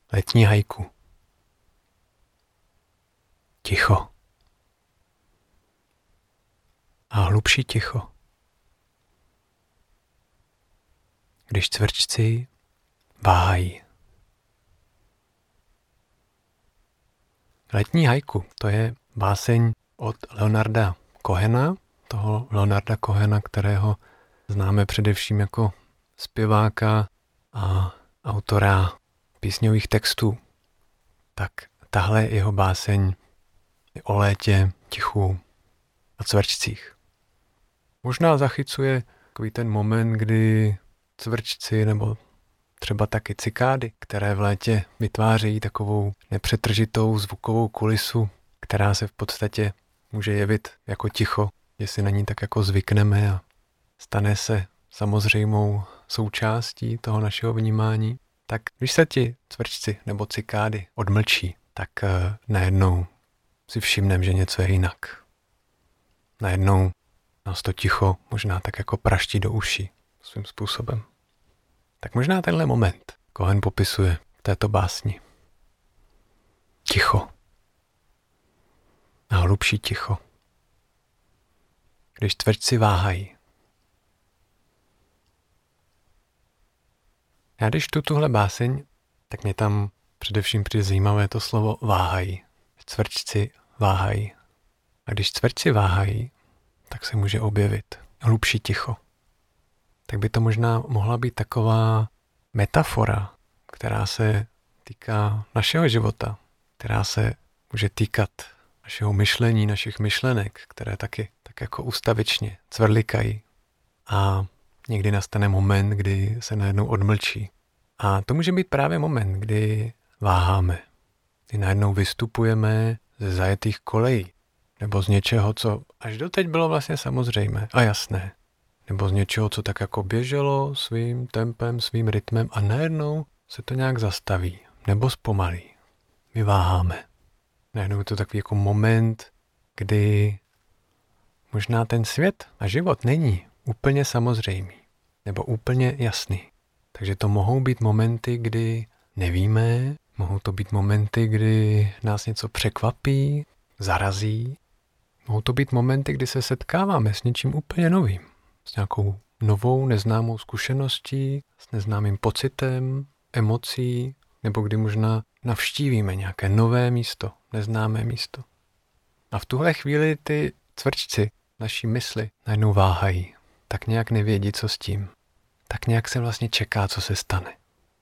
Letní haiku. Ticho. A hlubší ticho. Když cvrčci váhají. Letní haiku, to je báseň od Leonarda Cohena, toho Leonarda Cohena, kterého známe především jako zpěváka a autora písňových textů. Tak tahle jeho báseň je o létě, tichu a cvrčcích. Možná zachycuje takový ten moment, kdy cvrčci nebo třeba taky cikády, které v létě vytvářejí takovou nepřetržitou zvukovou kulisu, která se v podstatě může jevit jako ticho, že si na ní tak jako zvykneme a stane se samozřejmou součástí toho našeho vnímání. Tak když se ti cvrčci nebo cikády odmlčí, tak najednou si všimneme, že něco je jinak. Najednou nás to ticho možná tak jako praští do uší svým způsobem. Tak možná tenhle moment Cohen popisuje v této básni. Ticho. A hlubší ticho. Když cvrčci váhají. Já když čtu tuhle báseň, tak mě tam především přijde zajímavé to slovo váhají. Cvrčci váhají. A když cvrčci váhají, tak se může objevit hlubší ticho. Tak by to možná mohla být taková metafora, která se týká našeho života, která se může týkat našeho myšlení, našich myšlenek, které taky tak jako ustavičně cvrlikají. A někdy nastane moment, kdy se najednou odmlčí. A to může být právě moment, kdy váháme, kdy najednou vystupujeme ze zajetých kolejí, nebo z něčeho, co až doteď bylo vlastně samozřejmé a jasné. Nebo z něčeho, co tak jako běželo svým tempem, svým rytmem a najednou se to nějak zastaví nebo zpomalí. My váháme. Najednou je to takový jako moment, kdy možná ten svět a život není úplně samozřejmý nebo úplně jasný. Takže to mohou být momenty, kdy nevíme, mohou to být momenty, kdy nás něco překvapí, zarazí. Mohou to být momenty, kdy se setkáváme s něčím úplně novým. S nějakou novou, neznámou zkušeností, s neznámým pocitem, emocí, nebo kdy možná navštívíme nějaké nové místo, neznámé místo. A v tuhle chvíli ty cvrčci, naší mysli, najednou váhají. Tak nějak nevědí, co s tím. Tak nějak se vlastně čeká, co se stane.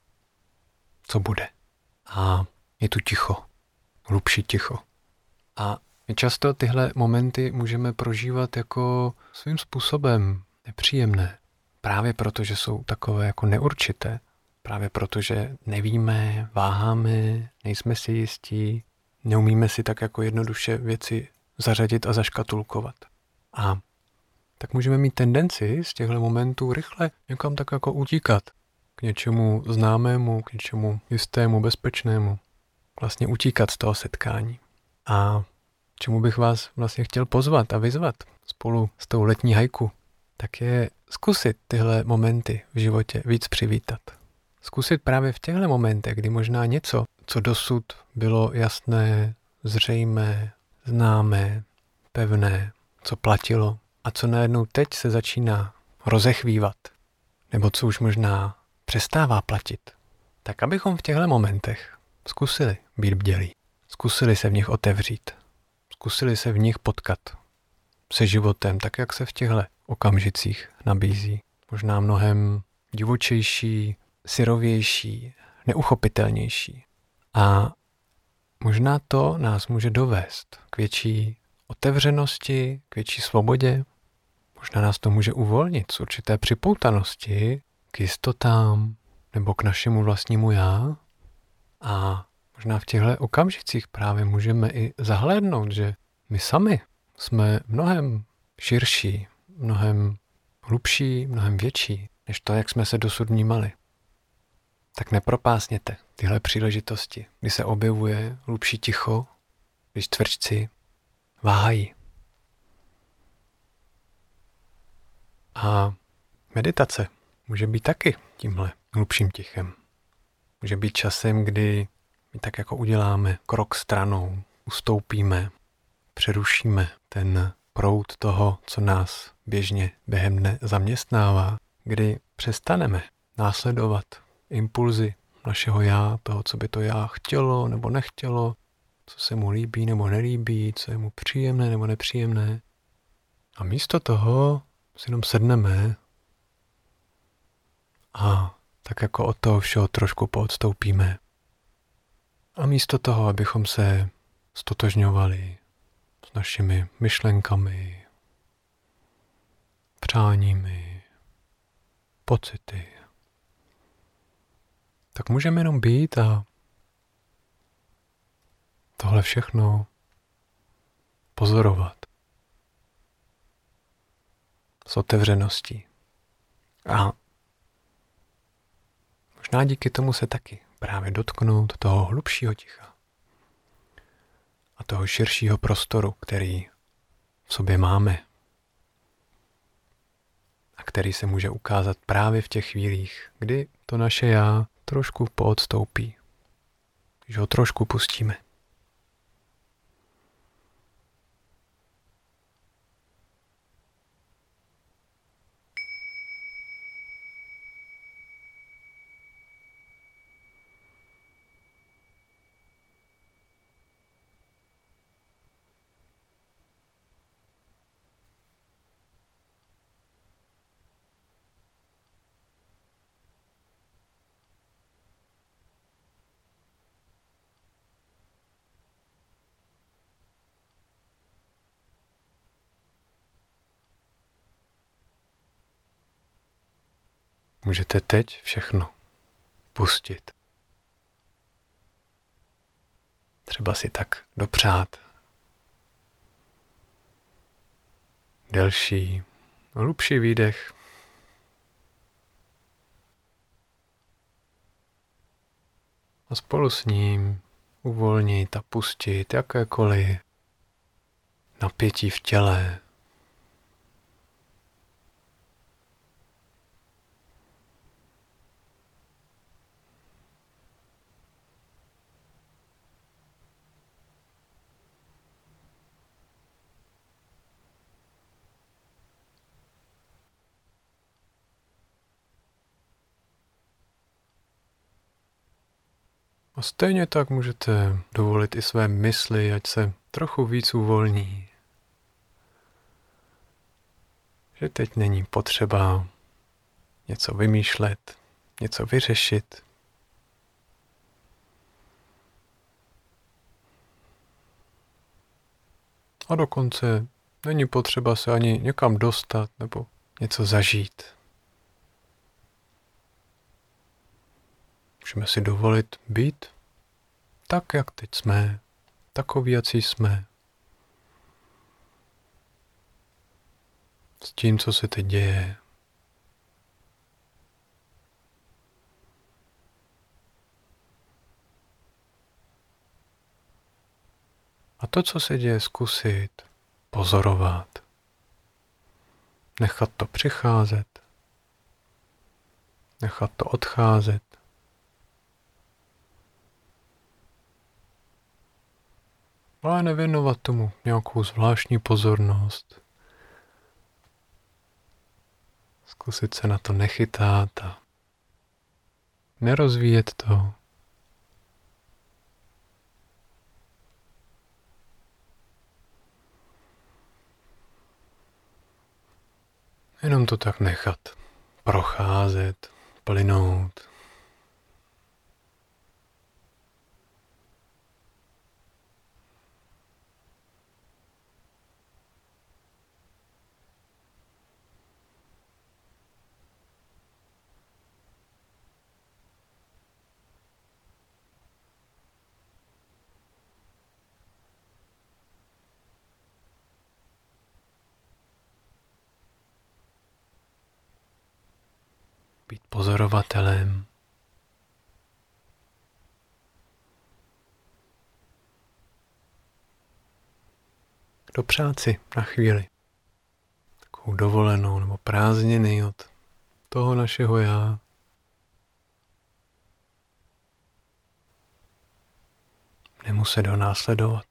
Co bude. A je tu ticho. Hlubší ticho. A my často tyhle momenty můžeme prožívat jako svým způsobem nepříjemné. Právě proto, že jsou takové jako neurčité. Právě proto, že nevíme, váháme, nejsme si jistí, neumíme si tak jako jednoduše věci zařadit a zaškatulkovat. A tak můžeme mít tendenci z těchto momentů rychle někam tak jako utíkat k něčemu známému, k něčemu jistému, bezpečnému. Vlastně utíkat z toho setkání. A čemu bych vás vlastně chtěl pozvat a vyzvat spolu s tou letní haiku, tak je zkusit tyhle momenty v životě víc přivítat. Zkusit právě v těchto momentech, kdy možná něco, co dosud bylo jasné, zřejmé, známé, pevné, co platilo a co najednou teď se začíná rozechvívat, nebo co už možná přestává platit, tak abychom v těchto momentech zkusili být bdělí, zkusili se v nich otevřít, zkusili se v nich potkat se životem, tak jak se v těchto okamžicích nabízí. Možná mnohem divočejší, syrovější, neuchopitelnější. A možná to nás může dovést k větší otevřenosti, k větší svobodě. Možná nás to může uvolnit z určité připoutanosti k jistotám nebo k našemu vlastnímu já. A možná v těchto okamžicích právě můžeme i zahlédnout, že my sami jsme mnohem širší, mnohem hlubší, mnohem větší, než to, jak jsme se dosud vnímali. Tak nepropásněte tyhle příležitosti, kdy se objevuje hlubší ticho, když cvrčci váhají. A meditace může být taky tímhle hlubším tichem. Může být časem, kdy My tak jako uděláme krok stranou, ustoupíme, přerušíme ten proud toho, co nás běžně během dne zaměstnává, kdy přestaneme následovat impulzy našeho já, toho, co by to já chtělo nebo nechtělo, co se mu líbí nebo nelíbí, co je mu příjemné nebo nepříjemné. A místo toho si jenom sedneme a tak jako od toho všeho trošku poodstoupíme. A místo toho, abychom se stotožňovali s našimi myšlenkami, přáními, pocity, tak můžeme jenom být a tohle všechno pozorovat s otevřeností. A možná díky tomu se taky právě dotknout toho hlubšího ticha a toho širšího prostoru, který v sobě máme a který se může ukázat právě v těch chvílích, kdy to naše já trošku poodstoupí, když ho trošku pustíme. Můžete teď všechno pustit. Třeba si tak dopřát delší, hlubší výdech. A spolu s ním uvolnit a pustit jakékoliv napětí v těle. A stejně tak můžete dovolit i své mysli, ať se trochu víc uvolní. Že teď není potřeba něco vymýšlet, něco vyřešit. A dokonce není potřeba se ani někam dostat nebo něco zažít. Můžeme si dovolit být tak, jak teď jsme, takoví, jací jsme. S tím, co se teď děje. A to, co se děje, zkusit pozorovat. Nechat to přicházet. Nechat to odcházet. Ale nevěnovat tomu nějakou zvláštní pozornost. Zkusit se na to nechytat a nerozvíjet to. Jenom to tak nechat procházet, plynout. Být pozorovatelem. Dopřát si na chvíli takovou dovolenou nebo prázdniny od toho našeho já. nemuset ho následovat.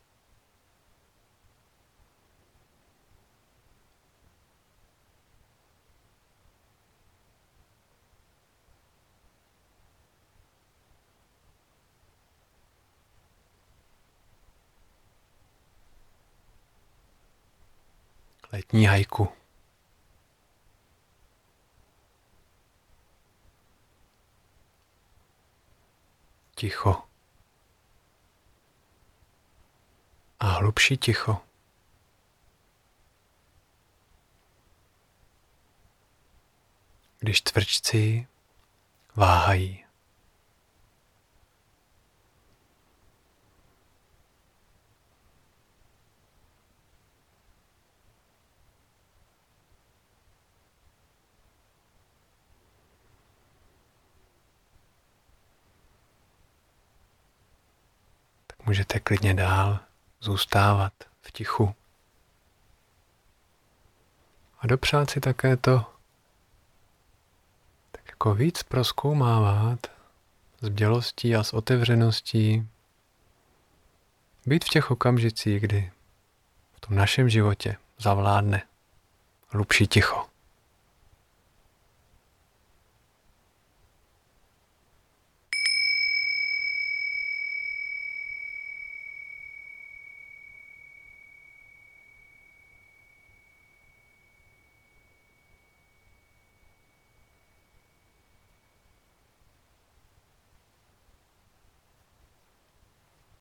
Letní hajku. Ticho. A hlubší ticho. Když cvrčci váhají. Můžete klidně dál zůstávat v tichu. A dopřát si také to tak jako víc prozkoumávat s bdělostí a s otevřeností. Být v těch okamžicích, kdy v tom našem životě zavládne hlubší ticho.